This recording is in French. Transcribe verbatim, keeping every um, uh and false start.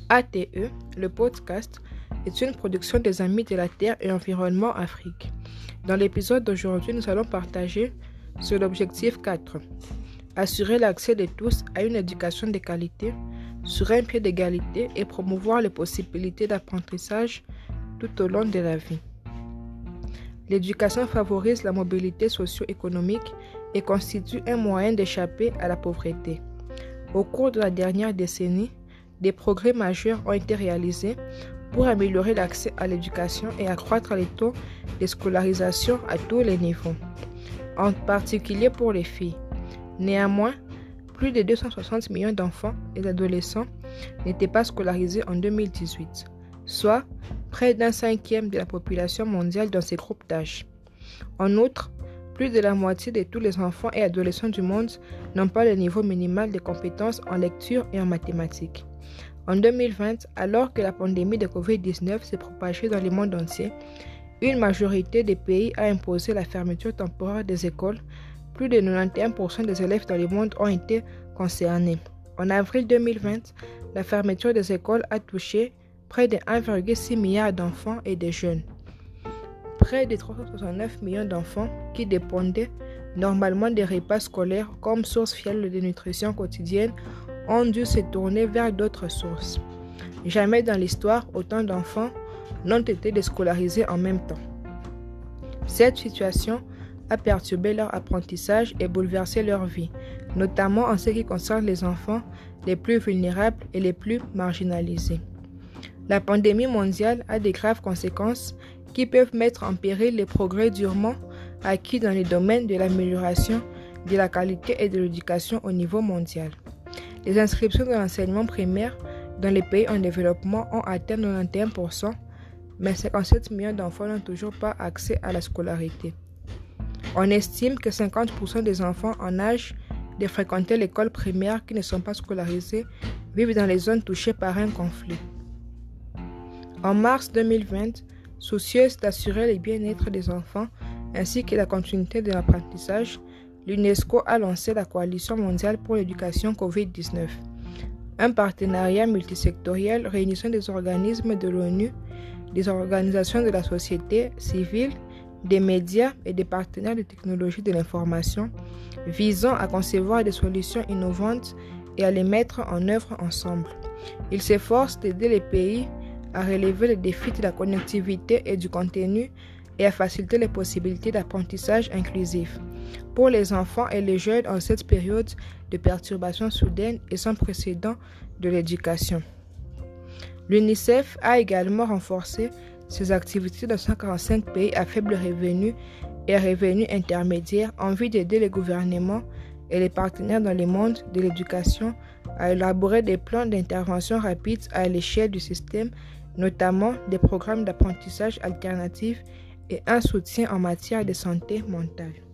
A T E, le podcast, est une production des Amis de la Terre et Environnement Afrique. Dans l'épisode d'aujourd'hui, nous allons partager sur l'objectif quatre. Assurer l'accès de tous à une éducation de qualité sur un pied d'égalité et promouvoir les possibilités d'apprentissage tout au long de la vie. L'éducation favorise la mobilité socio-économique et constitue un moyen d'échapper à la pauvreté. Au cours de la dernière décennie, des progrès majeurs ont été réalisés pour améliorer l'accès à l'éducation et accroître les taux de scolarisation à tous les niveaux, en particulier pour les filles. Néanmoins, plus de deux cent soixante millions d'enfants et d'adolescents n'étaient pas scolarisés en deux mille dix-huit, soit près d'un cinquième de la population mondiale dans ces groupes d'âge. En outre, plus de la moitié de tous les enfants et adolescents du monde n'ont pas le niveau minimal de compétences en lecture et en mathématiques. En deux mille vingt, alors que la pandémie de covid dix-neuf s'est propagée dans le monde entier, une majorité des pays a imposé la fermeture temporaire des écoles. Plus de quatre-vingt-onze pour cent des élèves dans le monde ont été concernés. En avril deux mille vingt, la fermeture des écoles a touché près de un virgule six milliard d'enfants et de jeunes. Près de trois cent soixante-neuf millions d'enfants qui dépendaient normalement des repas scolaires comme source fiable de nutrition quotidienne ont dû se tourner vers d'autres sources. Jamais dans l'histoire, autant d'enfants n'ont été déscolarisés en même temps. Cette situation a perturbé leur apprentissage et bouleversé leur vie, notamment en ce qui concerne les enfants les plus vulnérables et les plus marginalisés. La pandémie mondiale a de graves conséquences qui peuvent mettre en péril les progrès durement acquis dans les domaines de l'amélioration de la qualité et de l'éducation au niveau mondial. Les inscriptions de l'enseignement primaire dans les pays en développement ont atteint quatre-vingt-onze pour cent, mais cinquante-sept millions d'enfants n'ont toujours pas accès à la scolarité. On estime que cinquante pour cent des enfants en âge de fréquenter l'école primaire qui ne sont pas scolarisés vivent dans les zones touchées par un conflit. En mars deux mille vingt, soucieuse d'assurer le bien-être des enfants ainsi que la continuité de l'apprentissage, l'UNESCO a lancé la Coalition mondiale pour l'éducation covid dix-neuf, un partenariat multisectoriel réunissant des organismes de l'ONU, des organisations de la société civile, des médias et des partenaires de technologie de l'information, visant à concevoir des solutions innovantes et à les mettre en œuvre ensemble. Il s'efforce d'aider les pays à relever les défis de la connectivité et du contenu et à faciliter les possibilités d'apprentissage inclusif pour les enfants et les jeunes en cette période de perturbation soudaine et sans précédent de l'éducation. L'UNICEF a également renforcé ses activités dans cent quarante-cinq pays à faible revenu et à revenus intermédiaires en vue d'aider les gouvernements et les partenaires dans le monde de l'éducation à élaborer des plans d'intervention rapides à l'échelle du système, notamment des programmes d'apprentissage alternatifs et un soutien en matière de santé mentale.